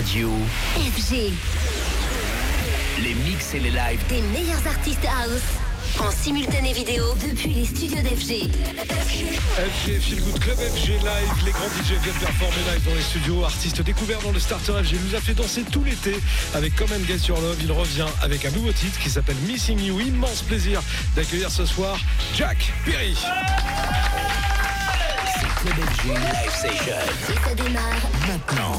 Radio. FG. Les mix et les lives des meilleurs artistes house. En simultané vidéo depuis les studios d'FG. FG, Feel Good Club, FG Live. Les grands DJ viennent performer live dans les studios. Artiste découvert dans le Starter FG. Il nous a fait danser tout l'été avec Come and Get Your Love. Il revient avec un nouveau titre qui s'appelle Missing You. Immense plaisir d'accueillir ce soir Jack Perry. C'est Club FG Live Session. Et ça démarre maintenant.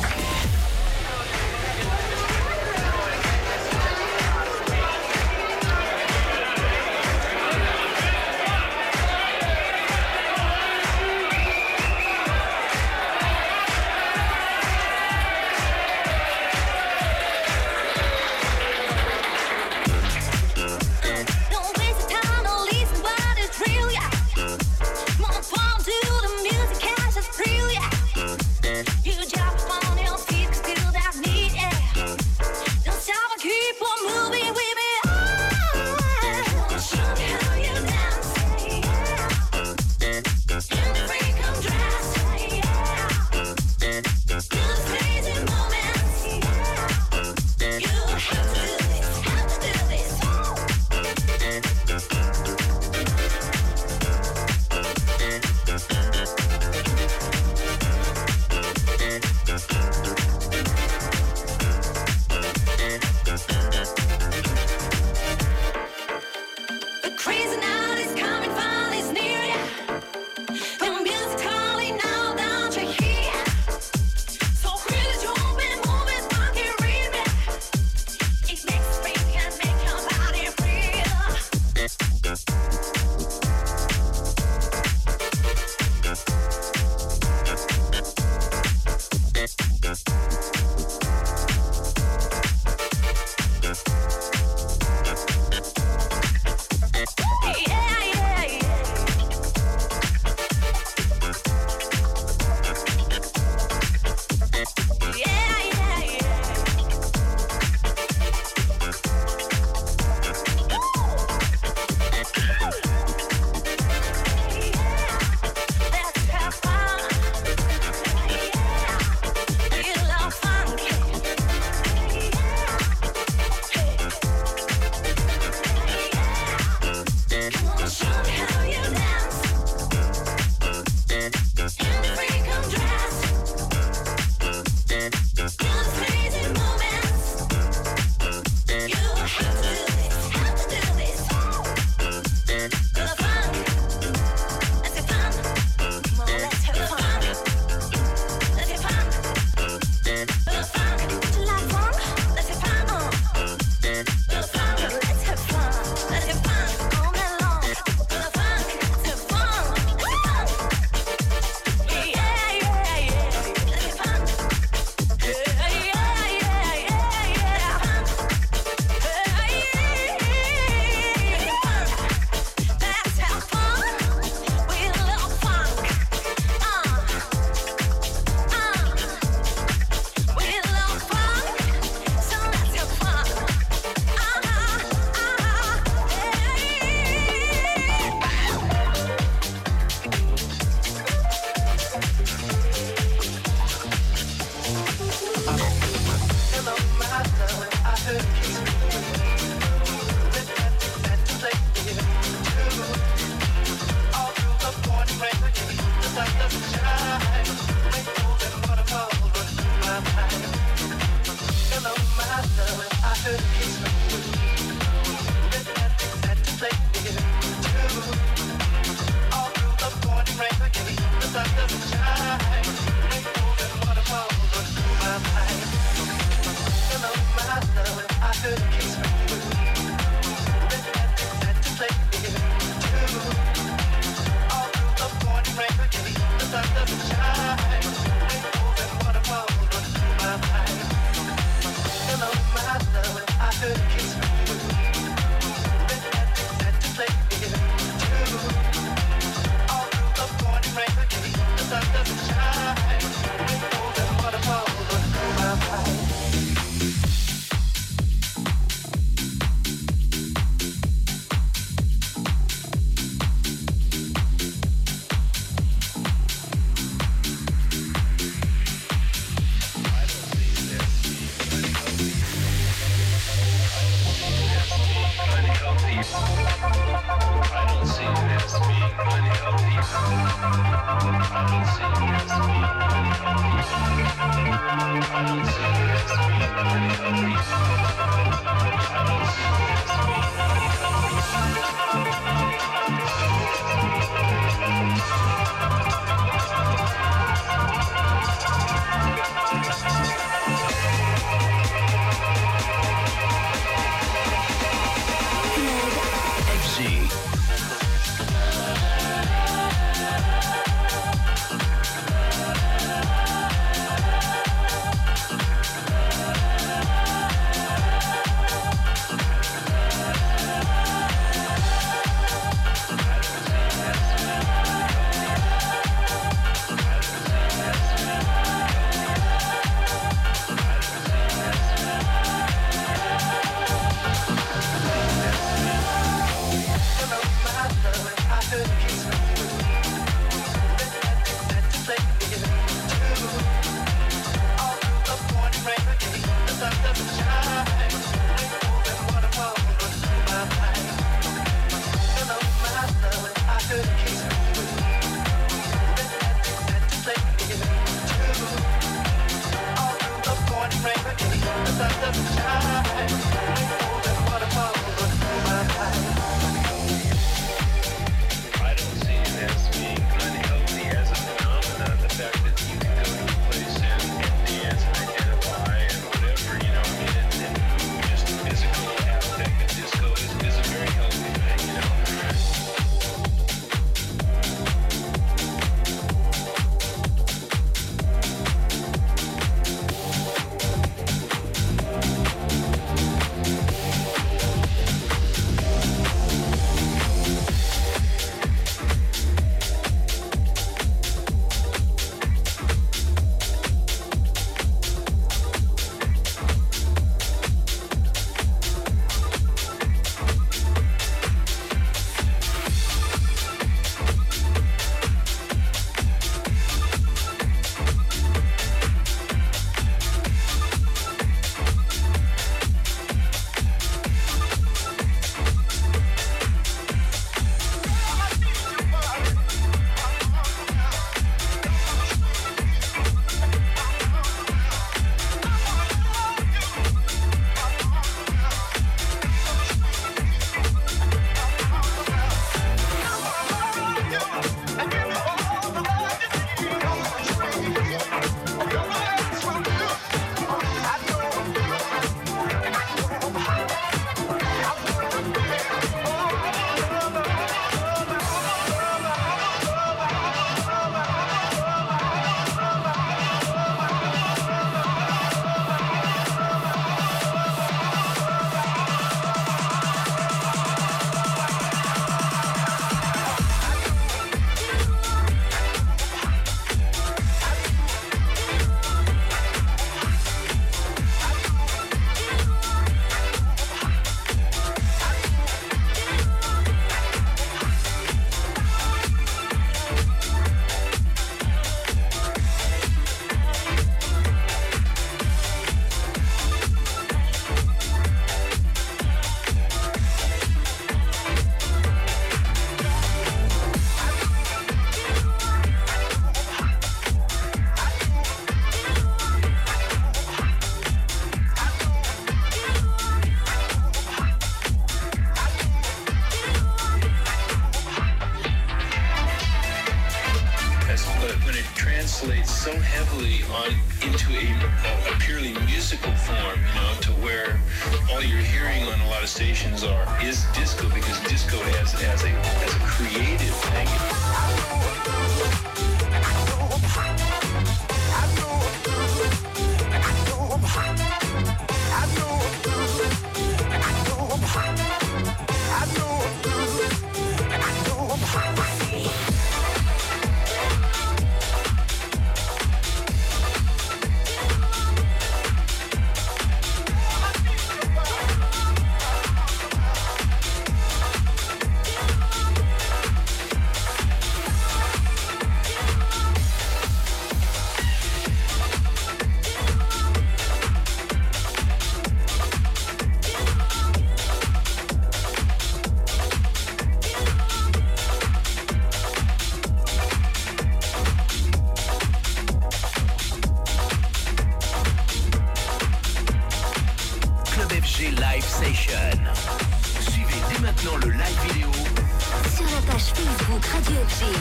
FG Live Session. Suivez dès maintenant le live vidéo sur la page Facebook Radio FG.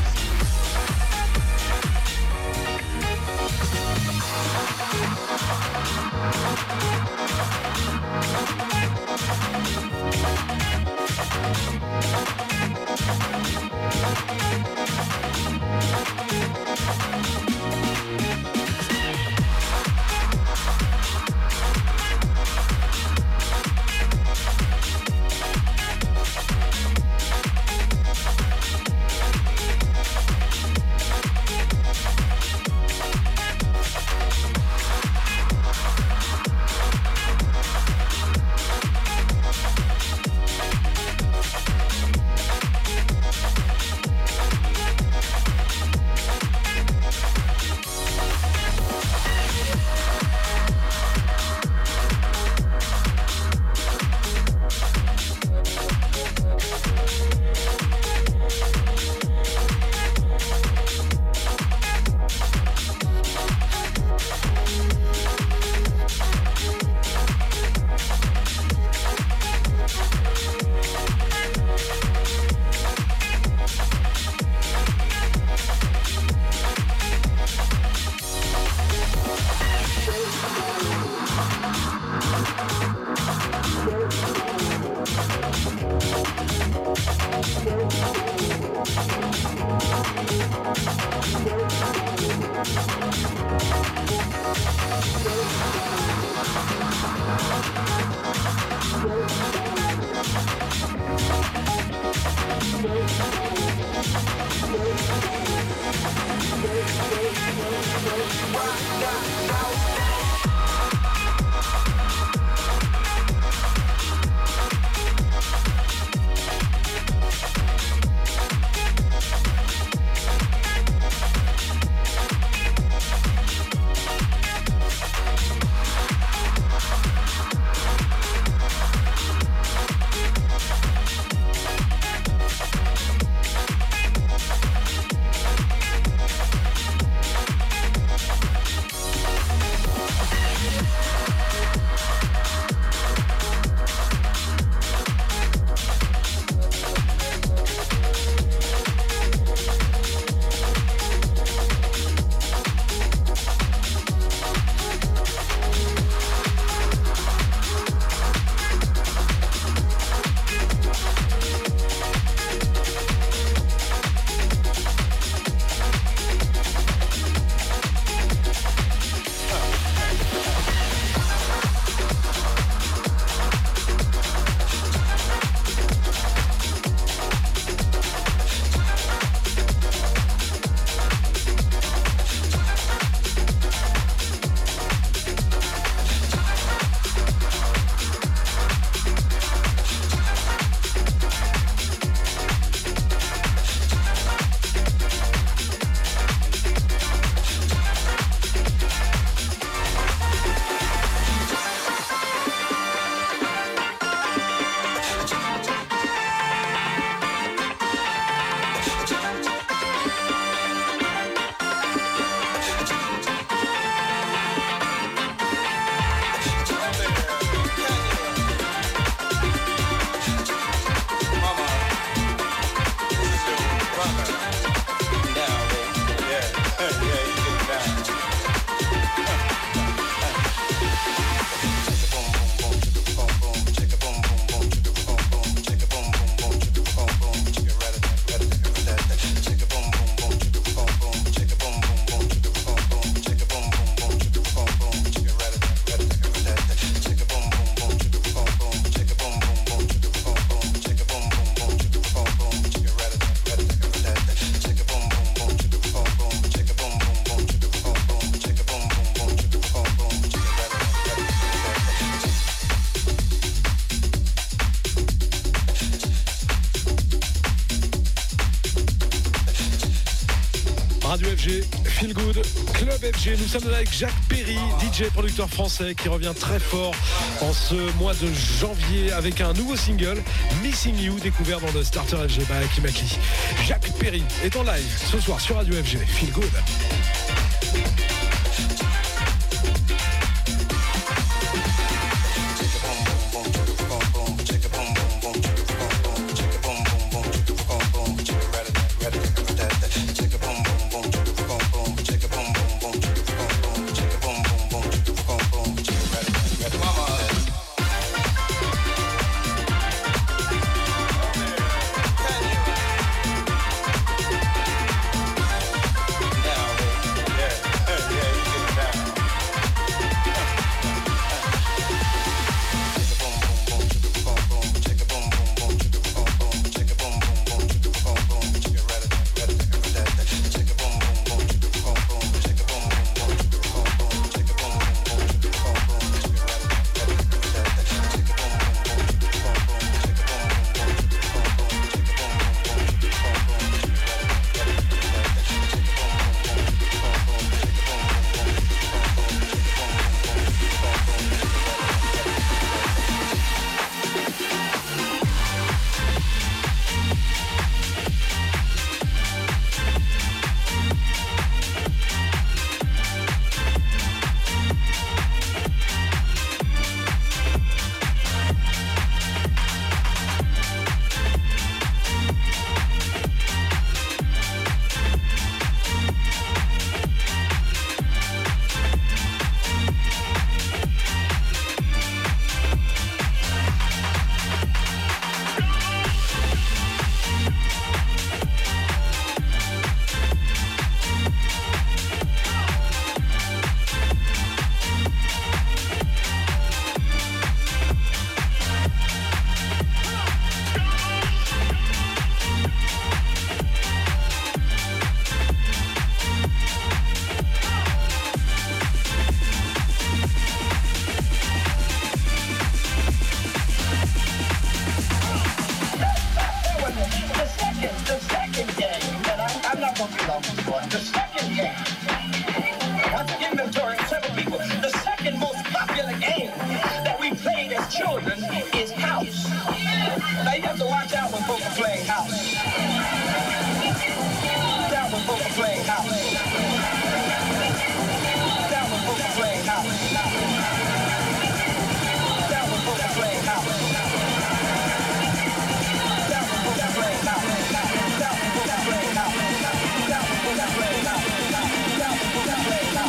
Radio FG, Feel Good, Club FG. Nous sommes avec Jacques Perry, DJ producteur français qui revient très fort en ce mois de janvier avec un nouveau single, Missing You, découvert dans le Starter FG by Aki Maki. Jacques Perry est en live ce soir sur Radio FG, Feel Good. have to watch out when folks are playing house. Down when folks are playing house. Down when folks are playing house. Down when folks are playing house. Down when folks are playing house. Down when folks are playing house. Down when folks are playing house. Down when folks are playing house.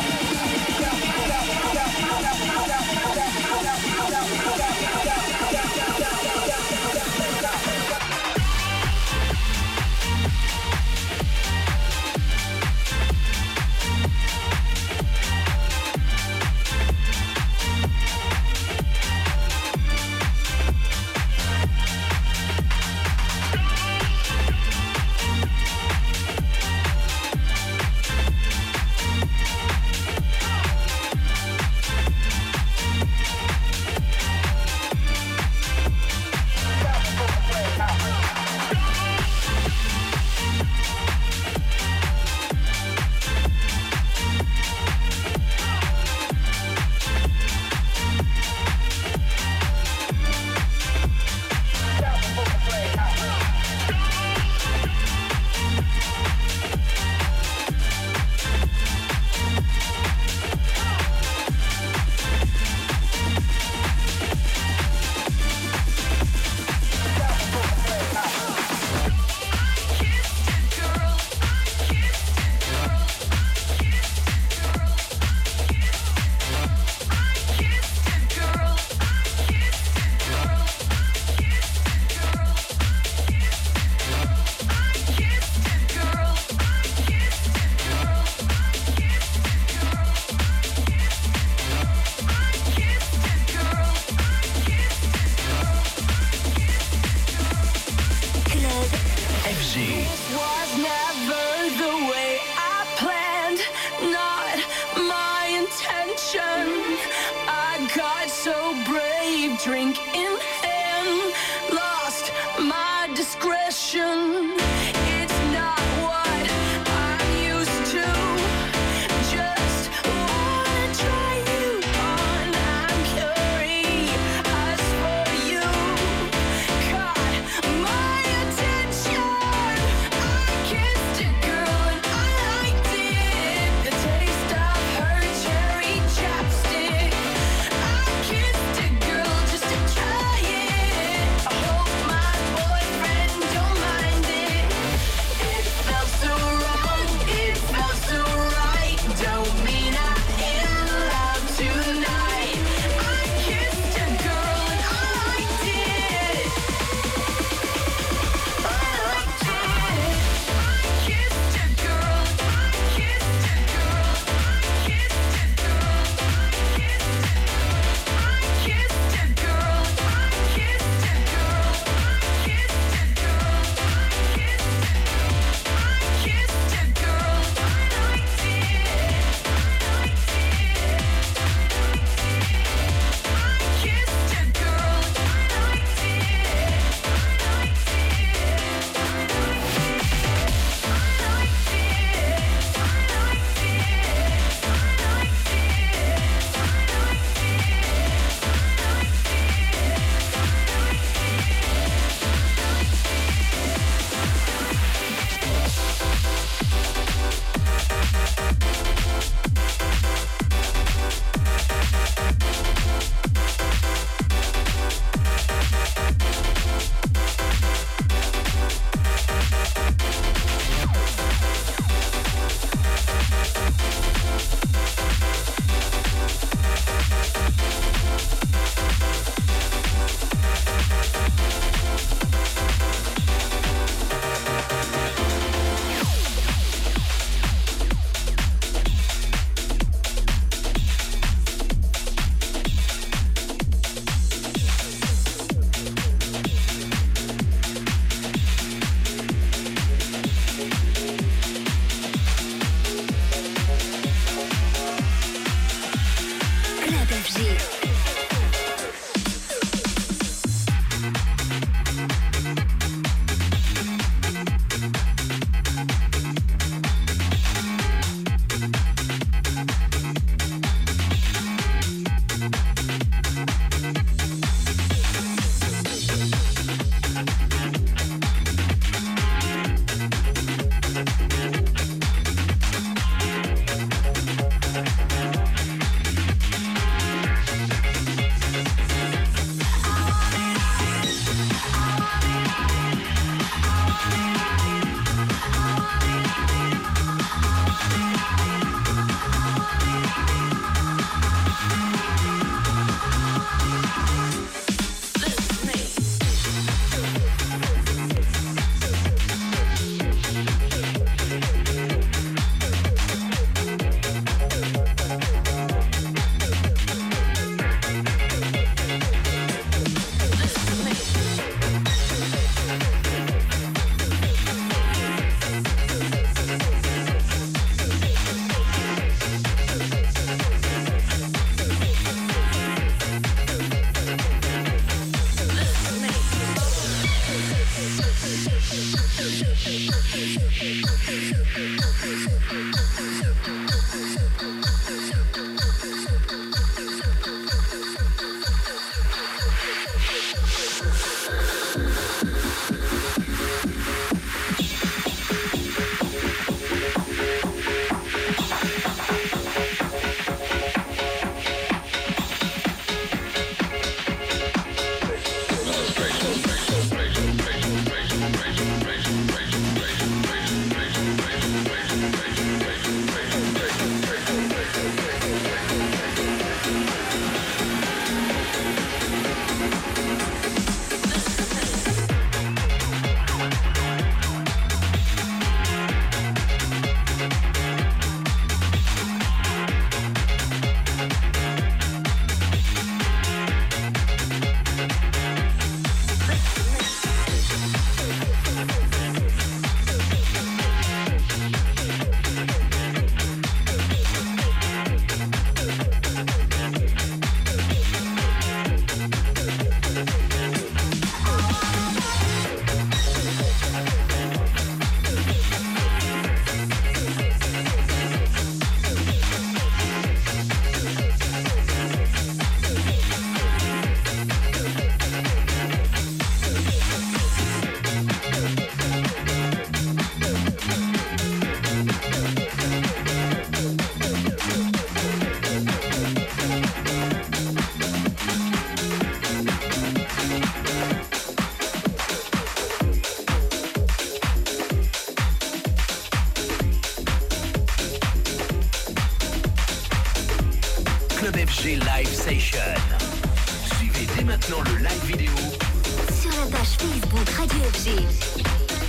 Session. Suivez dès maintenant le live vidéo sur la page Facebook Radio FG.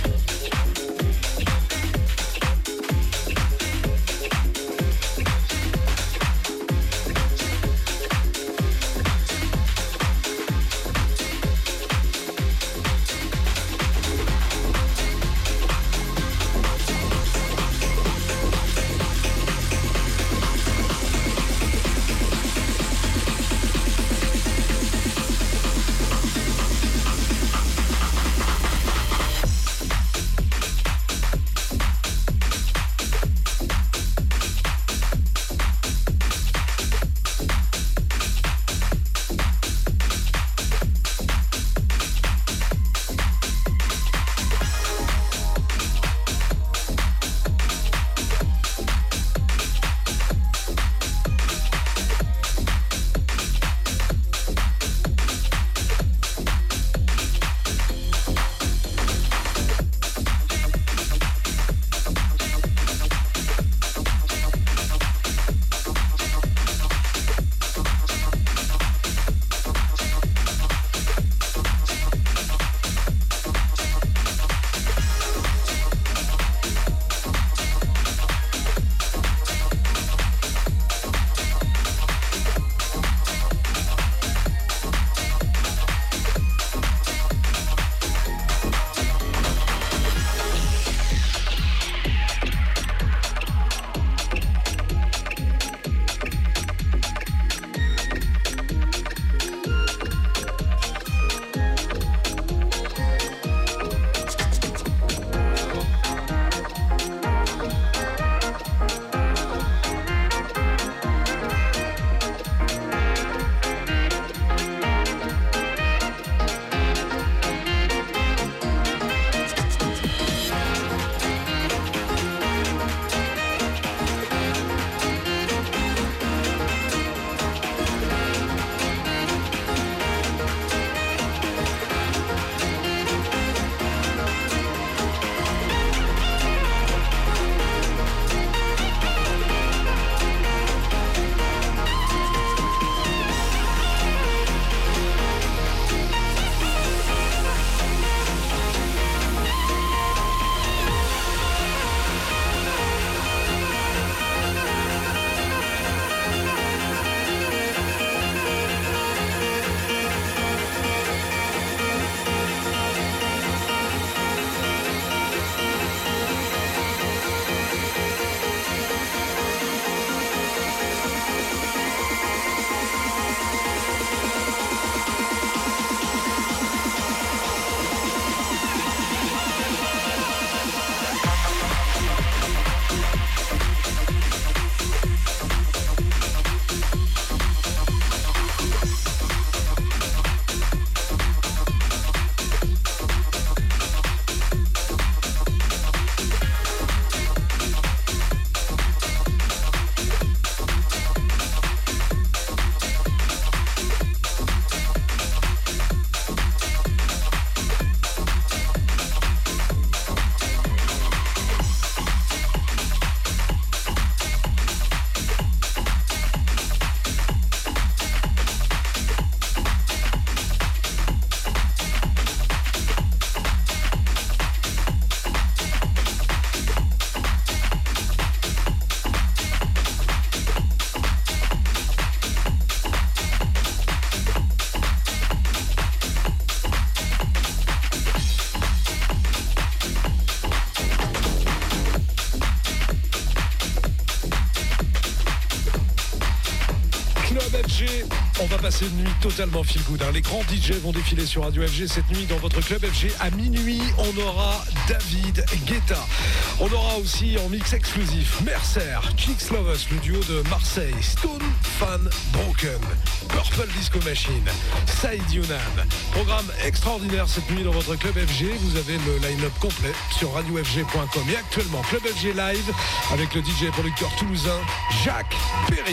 On va passer une nuit totalement feel good. Les grands DJ vont défiler sur Radio FG cette nuit dans votre club FG. À minuit, on aura David Guetta. On aura aussi en mix exclusif Mercer, Chicks Love Us, le duo de Marseille, Stone Fan Broken, Purple Disco Machine, Saïd Younan. Programme extraordinaire cette nuit dans votre club FG. Vous avez le line-up complet sur radiofg.com. Et actuellement, Club FG Live avec le DJ et producteur toulousain Jacques Perry.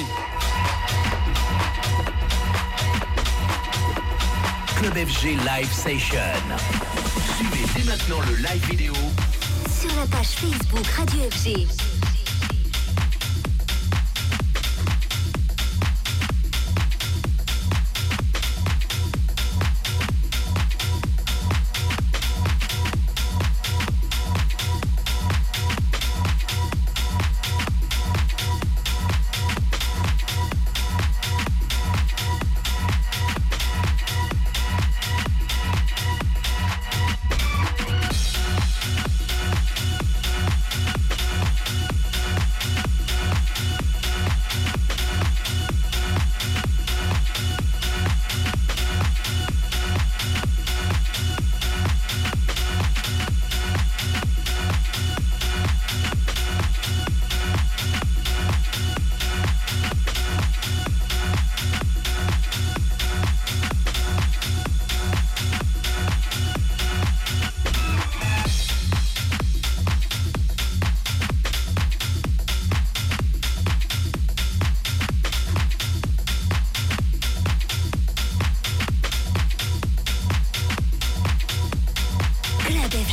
Club FG Live Session. Suivez dès maintenant le live vidéo sur la page Facebook Radio FG.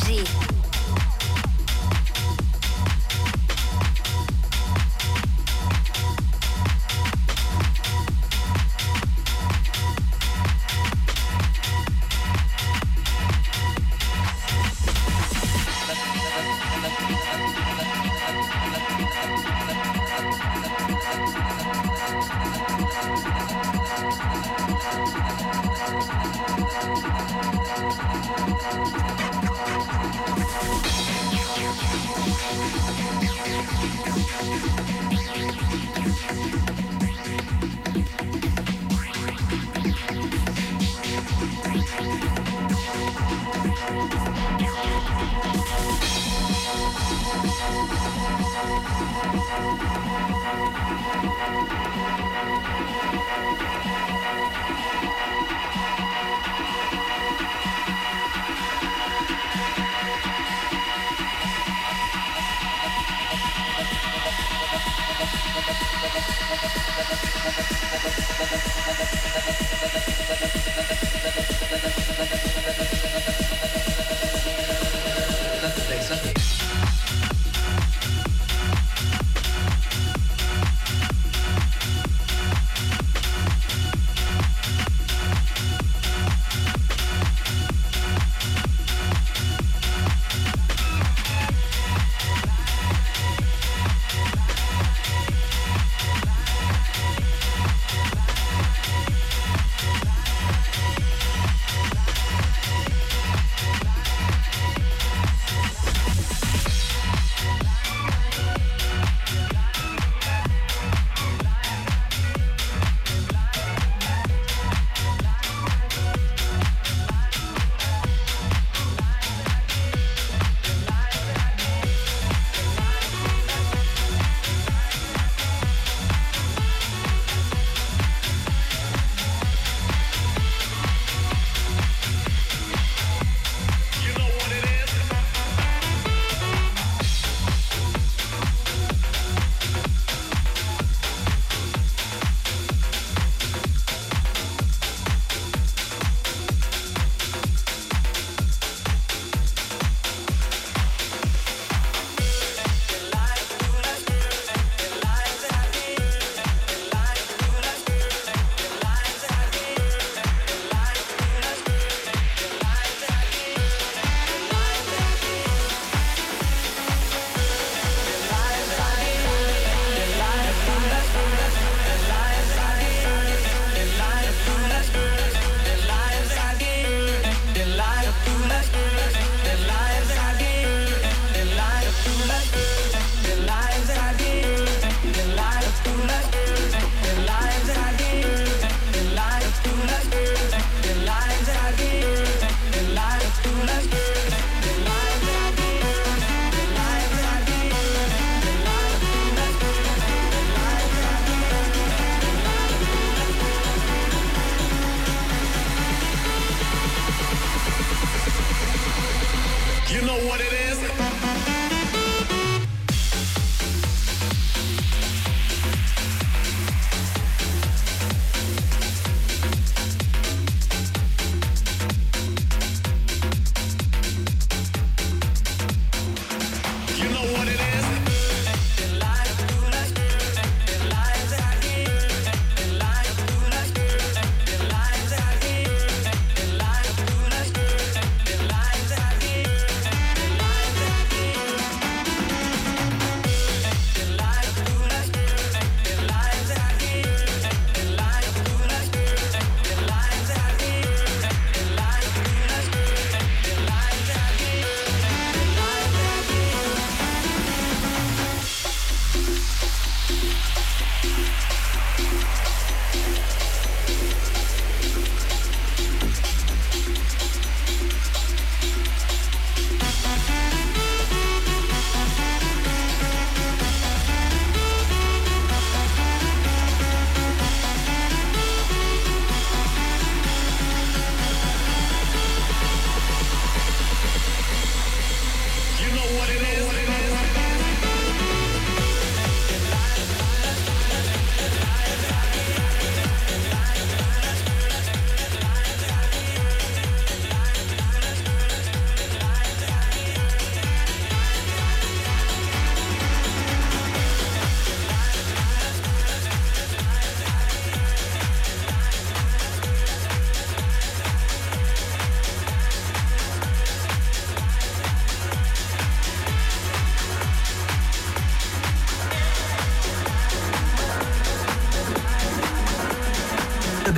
FG.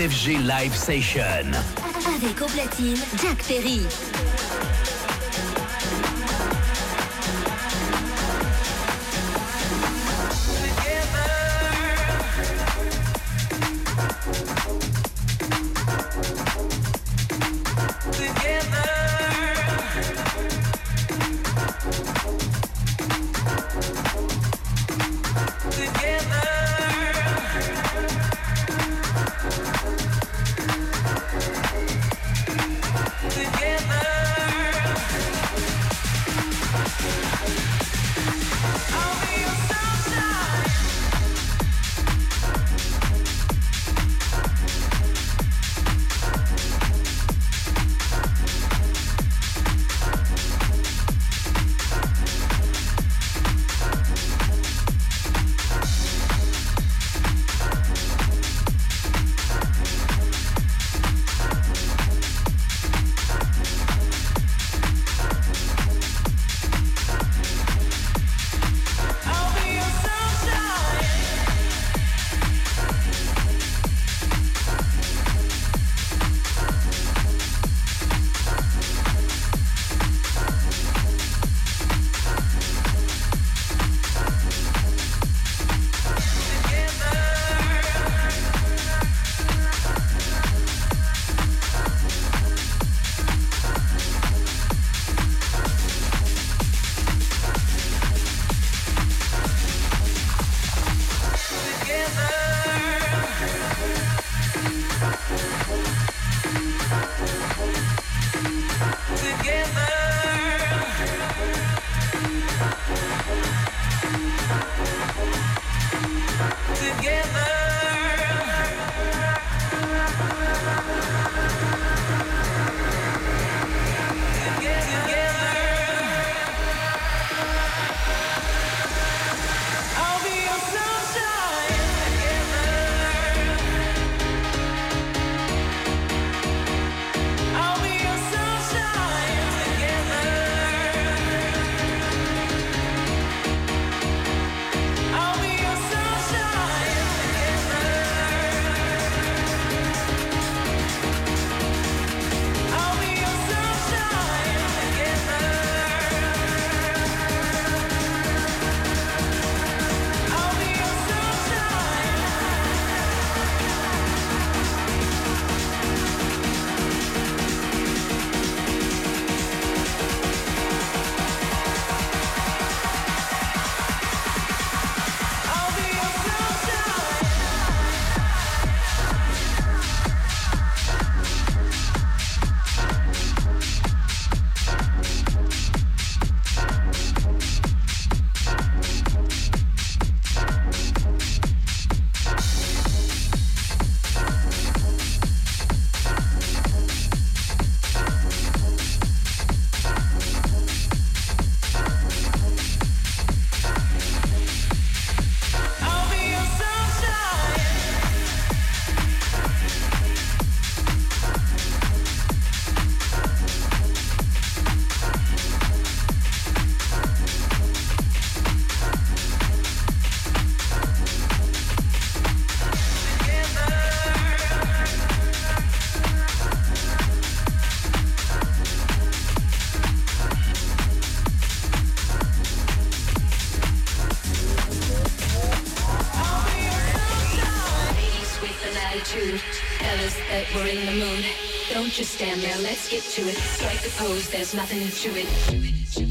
FG Live Session. Avec au platine, Jack Perry. Don't just stand there, let's get to it. Strike the pose, there's nothing to it.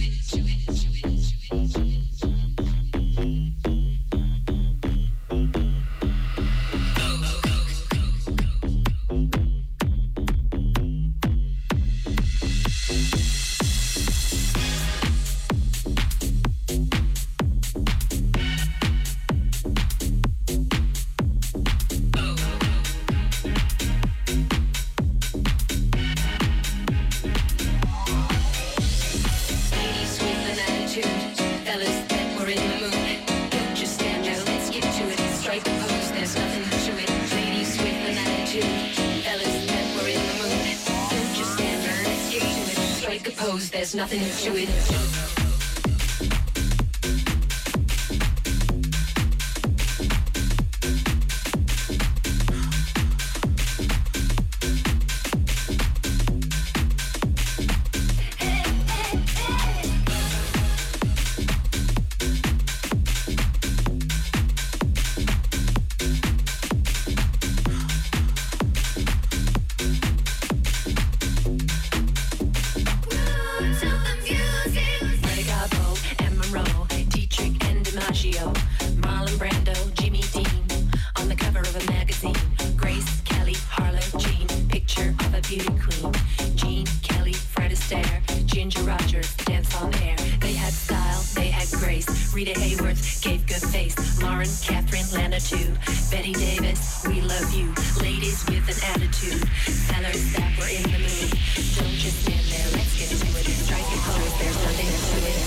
There's nothing to it. beauty queen. Jean, Kelly, Fred Astaire, Ginger Rogers, dance on air. They had style, they had grace. Rita Hayworth gave good face. Lauren, Catherine, Lana too. Betty Davis, we love you. Ladies with an attitude. Sellers that were in the mood. Don't just stand there, let's get to it. Strike your pose, there's nothing to it.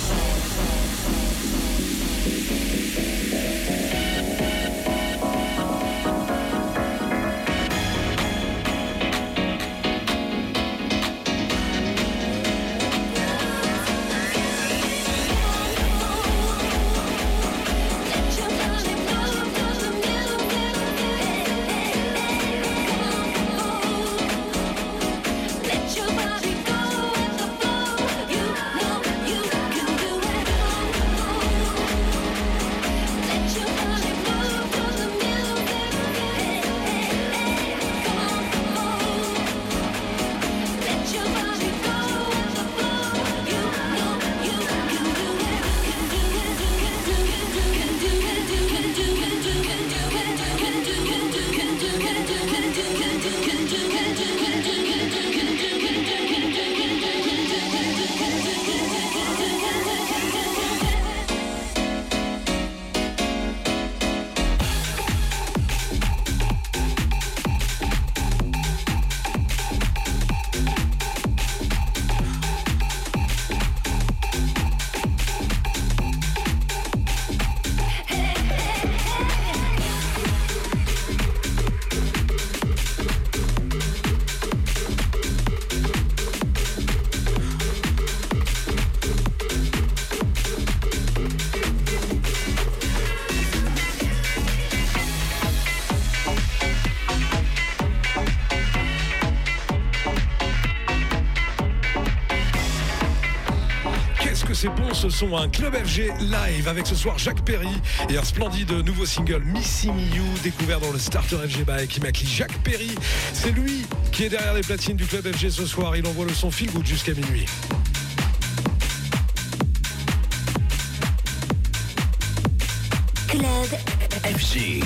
C'est bon, ce sont un Club FG live avec ce soir Jacques Perry et un splendide nouveau single Missing You découvert dans le Starter FG by Kimakli. Jacques Perry, c'est lui qui est derrière les platines du Club FG ce soir. Il envoie le son Feel Good jusqu'à minuit. Club FG.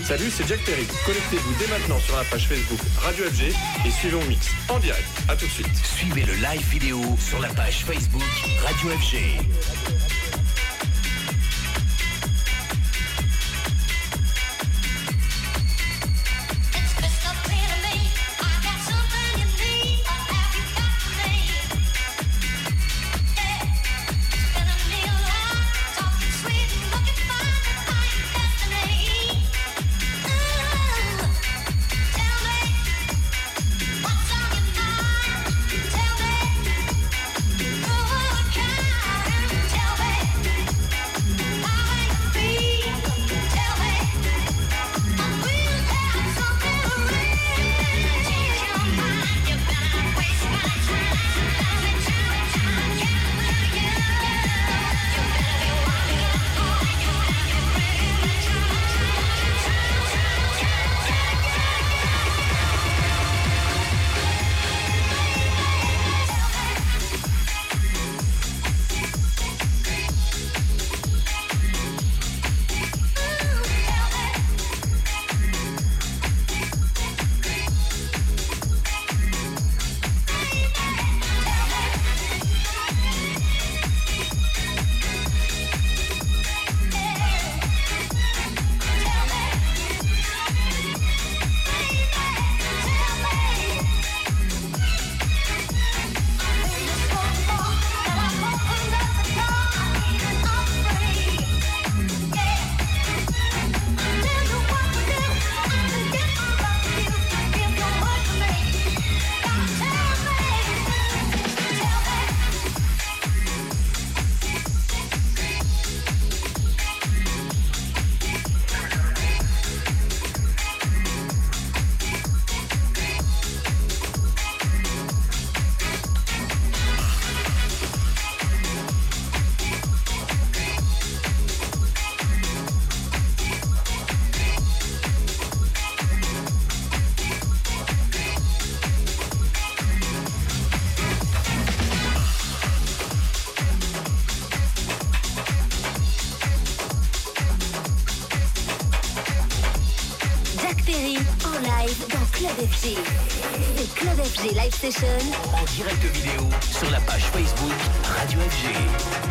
Salut, c'est Jack Perry. Connectez-vous dès maintenant sur la page Facebook Radio FG et suivez mon mix en direct. A tout de suite. Suivez le live vidéo sur la page Facebook Radio FG. C'est Club FG Live Session en direct vidéo sur la page Facebook Radio FG.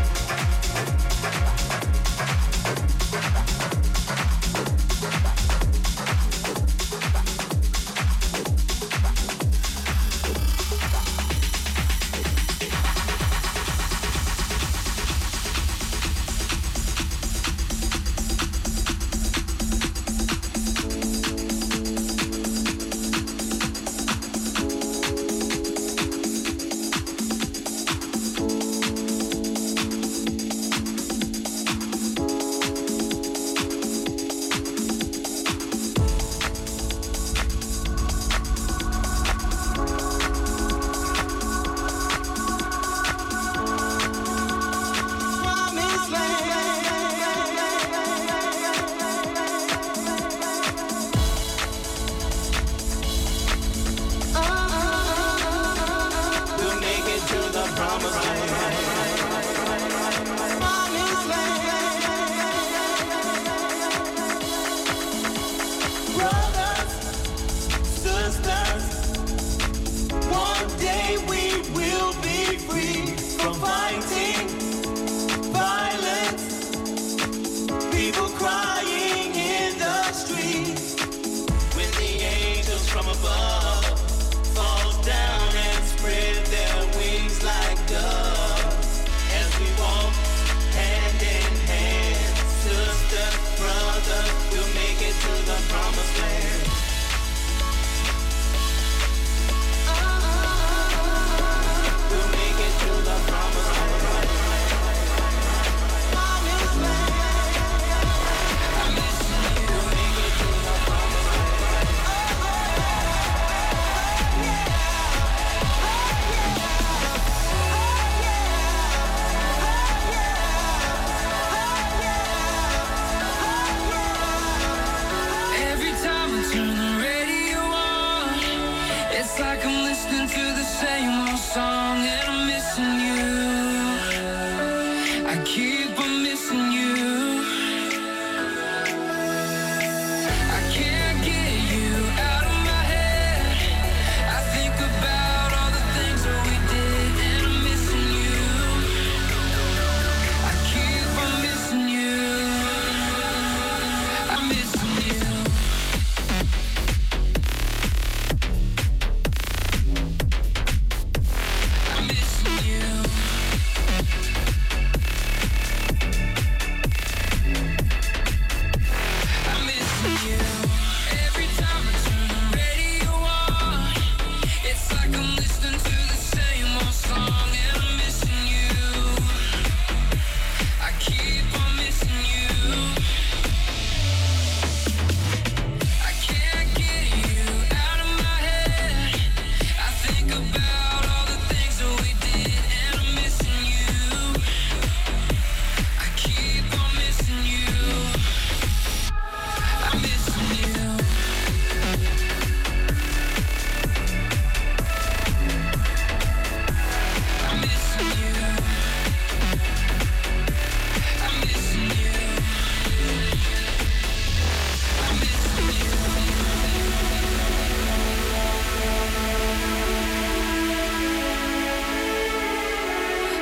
I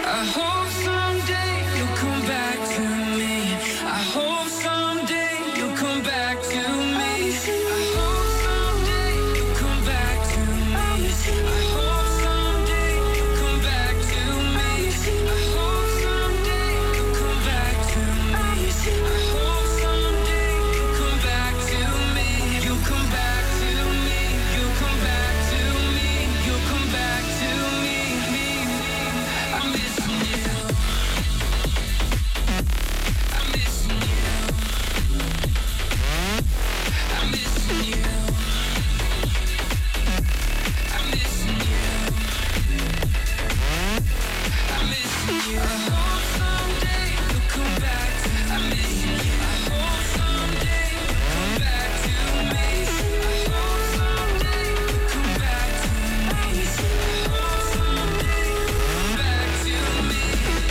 I hope someday you'll come back to me. I hope someday you'll come back to me. I hope someday you'll come back to me. I hope someday you'll come back to me. I hope someday you'll come back to me. I hope someday you'll come back to me. You'll come back to me. You'll come back to me. You'll come back to me. I'm missing you. I'm missing you. I'm missing you. I'm missing you. I'm missing you. I hope someday you'll come back. I'm missing you. I hope someday you'll come back to me. I hope someday you'll come back to me. I hope someday you'll come back to me.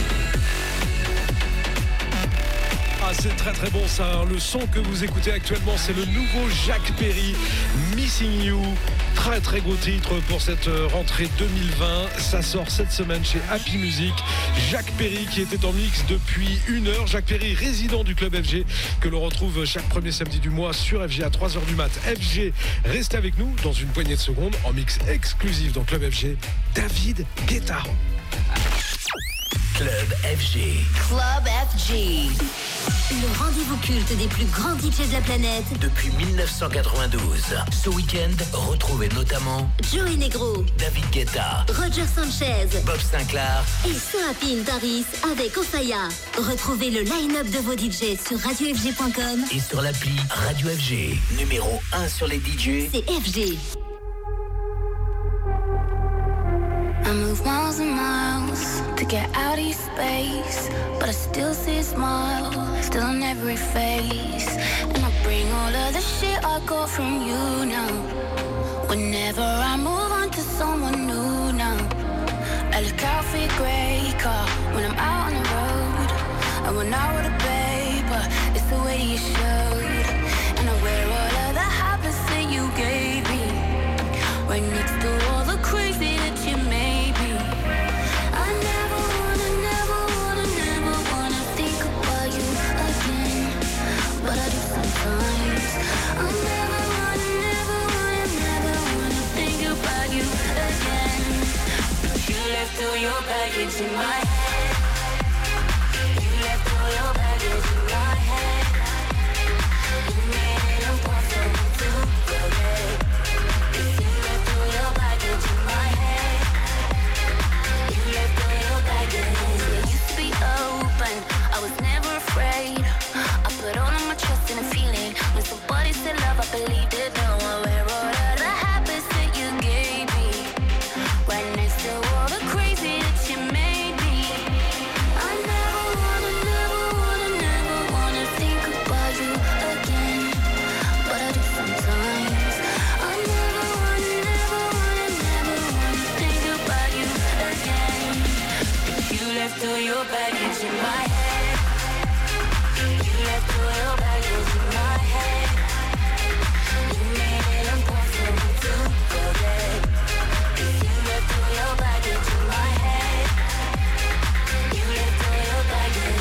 Ah, c'est très très bon ça. Le son que vous écoutez actuellement, c'est le nouveau Jacques Perry, Missing You. Très très gros titre pour cette rentrée 2020. Ça sort cette semaine chez Happy Music. Jacques Perry qui était en mix depuis 1 heure. Jacques Perry, résident du club FG, que l'on retrouve chaque premier samedi du mois sur FG à 3h du mat. FG, restez avec nous dans une poignée de secondes en mix exclusif dans Club FG. David Guetta. Club FG. Club FG. Le rendez-vous culte des plus grands DJ de la planète. Depuis 1992. Ce week-end, retrouvez notamment Joey Negro, David Guetta, Roger Sanchez Bob Sinclair et Soapin Paris avec Ofaya. Retrouvez le line-up de vos DJ sur radiofg.com. et sur l'appli Radio FG. Numéro 1 sur les DJ. C'est FG. I move miles and miles to get out of your space, but I still see a smile, still on every face. And I bring all of the shit I got from you now. Whenever I move on to someone new now, I look out for your grey car when I'm out on the road. I went out with a paper, it's the way you showed. And I wear all of the habits that you gave me, right next to all the crazy that you made me. I never wanna think about you again, but I do sometimes. I never wanna think about you again. You left all your baggage in my head. You left all your baggage in my head. You made it impossible to forget. You left all your baggage in my head. You left all your baggage. I used to be open, I was never afraid. I put all of my trust in a feeling. When somebody said love, I believed it. Now I wear all of the habits that you gave me, right next to all the crazy that you made me. I never wanna think about you again, but I do sometimes. I never wanna think about you again. You left all your baggage in my head. You left all your baggage in my head. You made it impossible to forget. You left all your baggage in my head. You left all your baggage.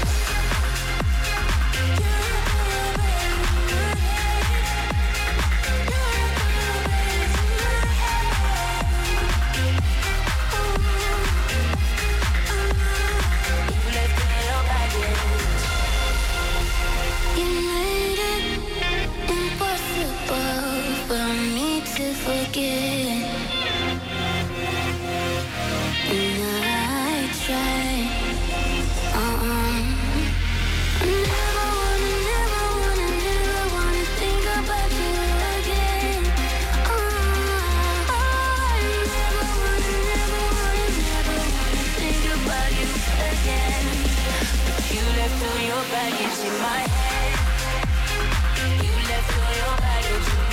You made it impossible for me to forget. And I tried. Never wanna think about you again. Never wanna think about you again. You left all your baggage in my head. You left all your baggage in